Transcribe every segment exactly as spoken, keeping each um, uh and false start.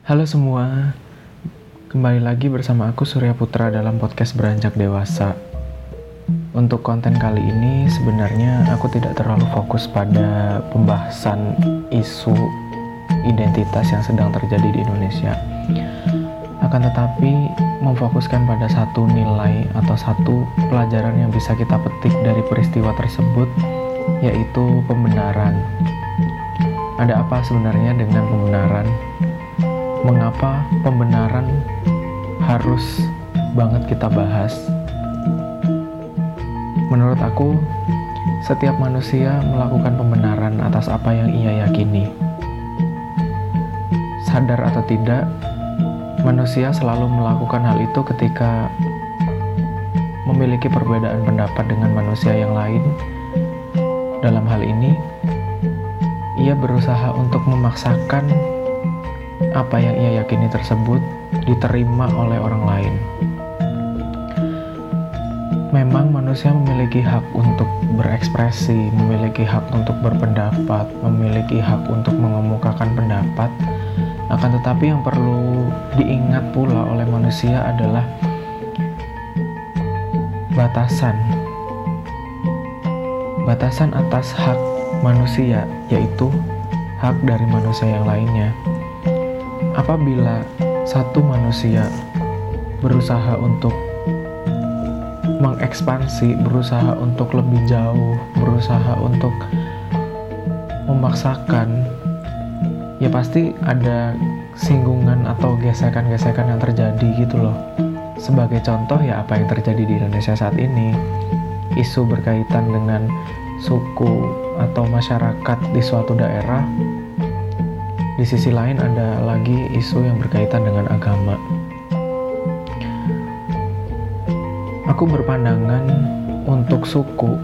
Halo semua, kembali lagi bersama aku Surya Putra dalam podcast Beranjak Dewasa. Untuk konten kali ini sebenarnya aku tidak terlalu fokus pada pembahasan isu identitas yang sedang terjadi di Indonesia. Akan tetapi memfokuskan pada satu nilai atau satu pelajaran yang bisa kita petik dari peristiwa tersebut, yaitu pembenaran. Ada apa sebenarnya dengan pembenaran? Mengapa pembenaran harus banget kita bahas? Menurut aku, setiap manusia melakukan pembenaran atas apa yang ia yakini. Sadar atau tidak, manusia selalu melakukan hal itu ketika memiliki perbedaan pendapat dengan manusia yang lain. Dalam hal ini, ia berusaha untuk memaksakan apa yang ia yakini tersebut diterima oleh orang lain. Memang manusia memiliki hak untuk berekspresi, memiliki hak untuk berpendapat, memiliki hak untuk mengemukakan pendapat. Akan tetapi yang perlu diingat pula oleh manusia adalah batasan. Batasan atas hak manusia, yaitu hak dari manusia yang lainnya. Apabila satu manusia berusaha untuk mengekspansi, berusaha untuk lebih jauh, berusaha untuk memaksakan, ya pasti ada singgungan atau gesekan-gesekan yang terjadi gitu loh. Sebagai contoh ya apa yang terjadi di Indonesia saat ini. Isu berkaitan dengan suku atau masyarakat di suatu daerah. Di sisi lain ada lagi isu yang berkaitan dengan agama. Aku berpandangan untuk suku.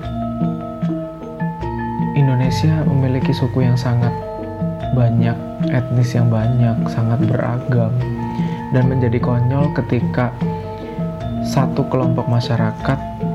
Indonesia memiliki suku yang sangat banyak, etnis yang banyak, sangat beragam. Dan menjadi konyol ketika satu kelompok masyarakat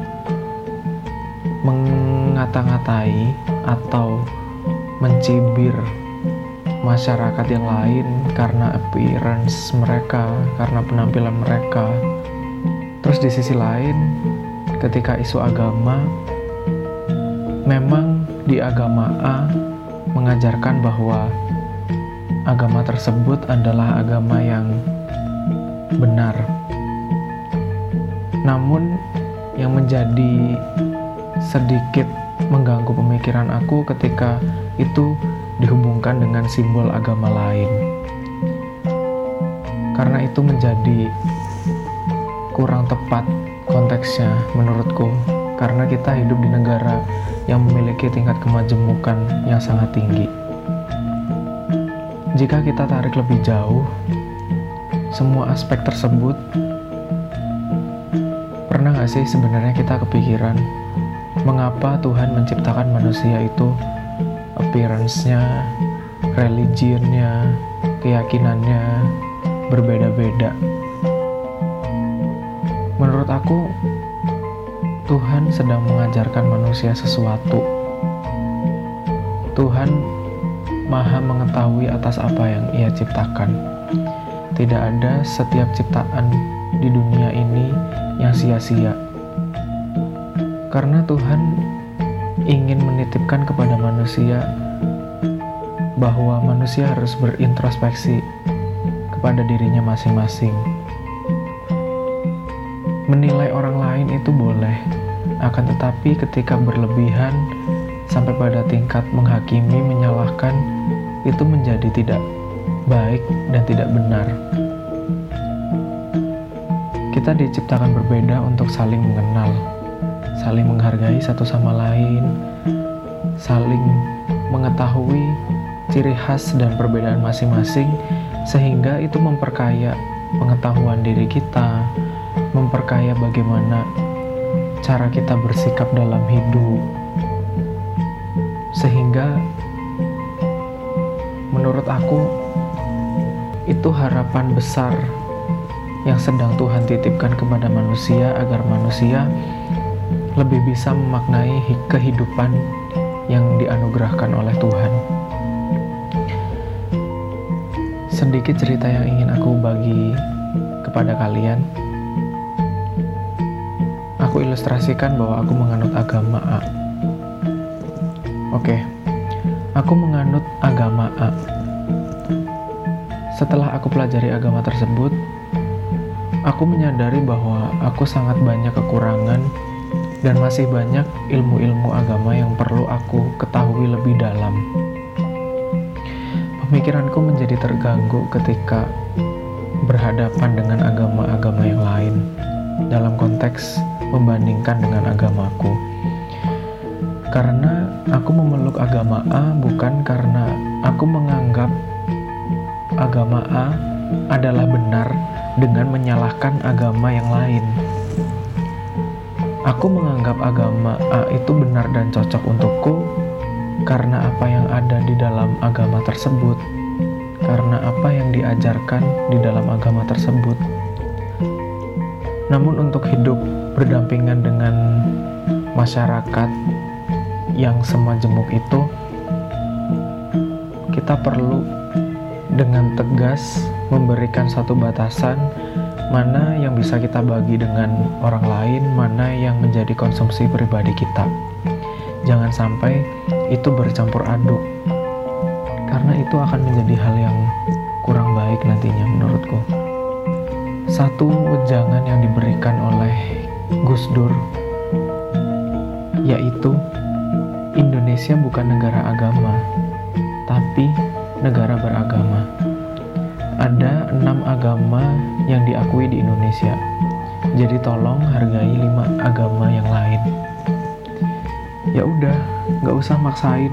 mengata-ngatai atau mencibir masyarakat yang lain karena appearance mereka, karena penampilan mereka. Terus di sisi lain, ketika isu agama, memang di agama A mengajarkan bahwa agama tersebut adalah agama yang benar. Namun yang menjadi sedikit mengganggu pemikiran aku ketika itu dihubungkan dengan simbol agama lain. Karena itu menjadi kurang tepat konteksnya menurutku, karena kita hidup di negara yang memiliki tingkat kemajemukan yang sangat tinggi. Jika kita tarik lebih jauh, semua aspek tersebut, pernah gak sih sebenarnya kita kepikiran mengapa Tuhan menciptakan manusia itu appearance-nya, religionnya, keyakinannya berbeda-beda. Menurut aku, Tuhan sedang mengajarkan manusia sesuatu. Tuhan Maha mengetahui atas apa yang Ia ciptakan. Tidak ada setiap ciptaan di dunia ini yang sia-sia. Karena Tuhan ingin menitipkan kepada manusia bahwa manusia harus berintrospeksi kepada dirinya masing-masing. Menilai orang lain itu boleh, akan tetapi ketika berlebihan sampai pada tingkat menghakimi, menyalahkan, itu menjadi tidak baik dan tidak benar. Kita diciptakan berbeda untuk saling mengenal, saling menghargai satu sama lain, saling mengetahui ciri khas dan perbedaan masing-masing, sehingga itu memperkaya pengetahuan diri kita, memperkaya bagaimana cara kita bersikap dalam hidup, sehingga menurut aku itu harapan besar yang sedang Tuhan titipkan kepada manusia agar manusia lebih bisa memaknai kehidupan yang dianugerahkan oleh Tuhan. sedikit cerita yang ingin aku bagi kepada kalian. Aku ilustrasikan bahwa aku menganut agama A. Oke, aku menganut agama A. Setelah aku pelajari agama tersebut, aku menyadari bahwa aku sangat banyak kekurangan dan masih banyak ilmu-ilmu agama yang perlu aku ketahui lebih dalam. Pemikiranku menjadi terganggu ketika berhadapan dengan agama-agama yang lain dalam konteks membandingkan dengan agamaku. Karena aku memeluk agama A bukan karena aku menganggap agama A adalah benar dengan menyalahkan agama yang lain. Aku menganggap agama A itu benar dan cocok untukku karena apa yang ada di dalam agama tersebut, karena apa yang diajarkan di dalam agama tersebut. Namun untuk hidup berdampingan dengan masyarakat yang semajemuk itu, kita perlu dengan tegas memberikan satu batasan mana yang bisa kita bagi dengan orang lain, mana yang menjadi konsumsi pribadi kita. Jangan sampai itu bercampur aduk, karena itu akan menjadi hal yang kurang baik nantinya menurutku. Satu wejangan yang diberikan oleh Gus Dur yaitu Indonesia bukan negara agama, tapi negara beragama. Ada enam agama yang diakui di Indonesia. Jadi tolong hargai lima agama yang lain. Ya udah, nggak usah maksain,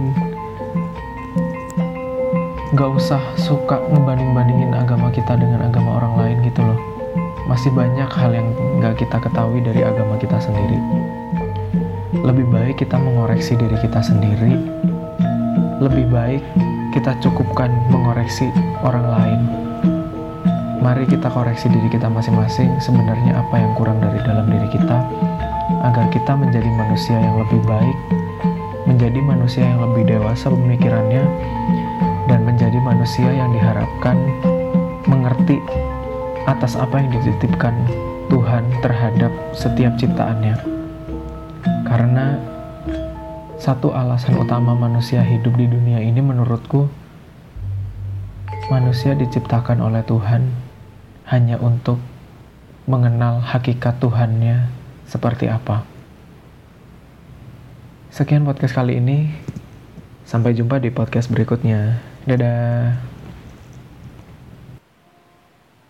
nggak usah suka ngebanding-bandingin agama kita dengan agama orang lain gitu loh. Masih banyak hal yang nggak kita ketahui dari agama kita sendiri. Lebih baik kita mengoreksi diri kita sendiri. Lebih baik kita cukupkan mengoreksi orang lain. Mari kita koreksi diri kita masing-masing, sebenarnya apa yang kurang dari dalam diri kita, agar kita menjadi manusia yang lebih baik, menjadi manusia yang lebih dewasa pemikirannya, dan menjadi manusia yang diharapkan mengerti atas apa yang dititipkan Tuhan terhadap setiap ciptaannya. Karena satu alasan utama manusia hidup di dunia ini menurutku, manusia diciptakan oleh Tuhan hanya untuk mengenal hakikat Tuhannya seperti apa. Sekian podcast kali ini. Sampai jumpa di podcast berikutnya. Dadah.